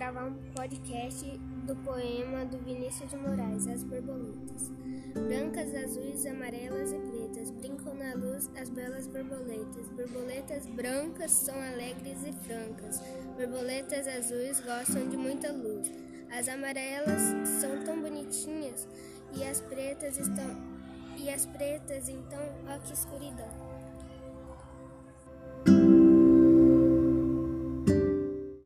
gravar um podcast do poema do Vinícius de Moraes, As Borboletas. Brancas, azuis, amarelas e pretas, brincam na luz as belas borboletas. Borboletas brancas são alegres e francas, borboletas azuis gostam de muita luz. As amarelas são tão bonitinhas e as pretas então, ó que escuridão.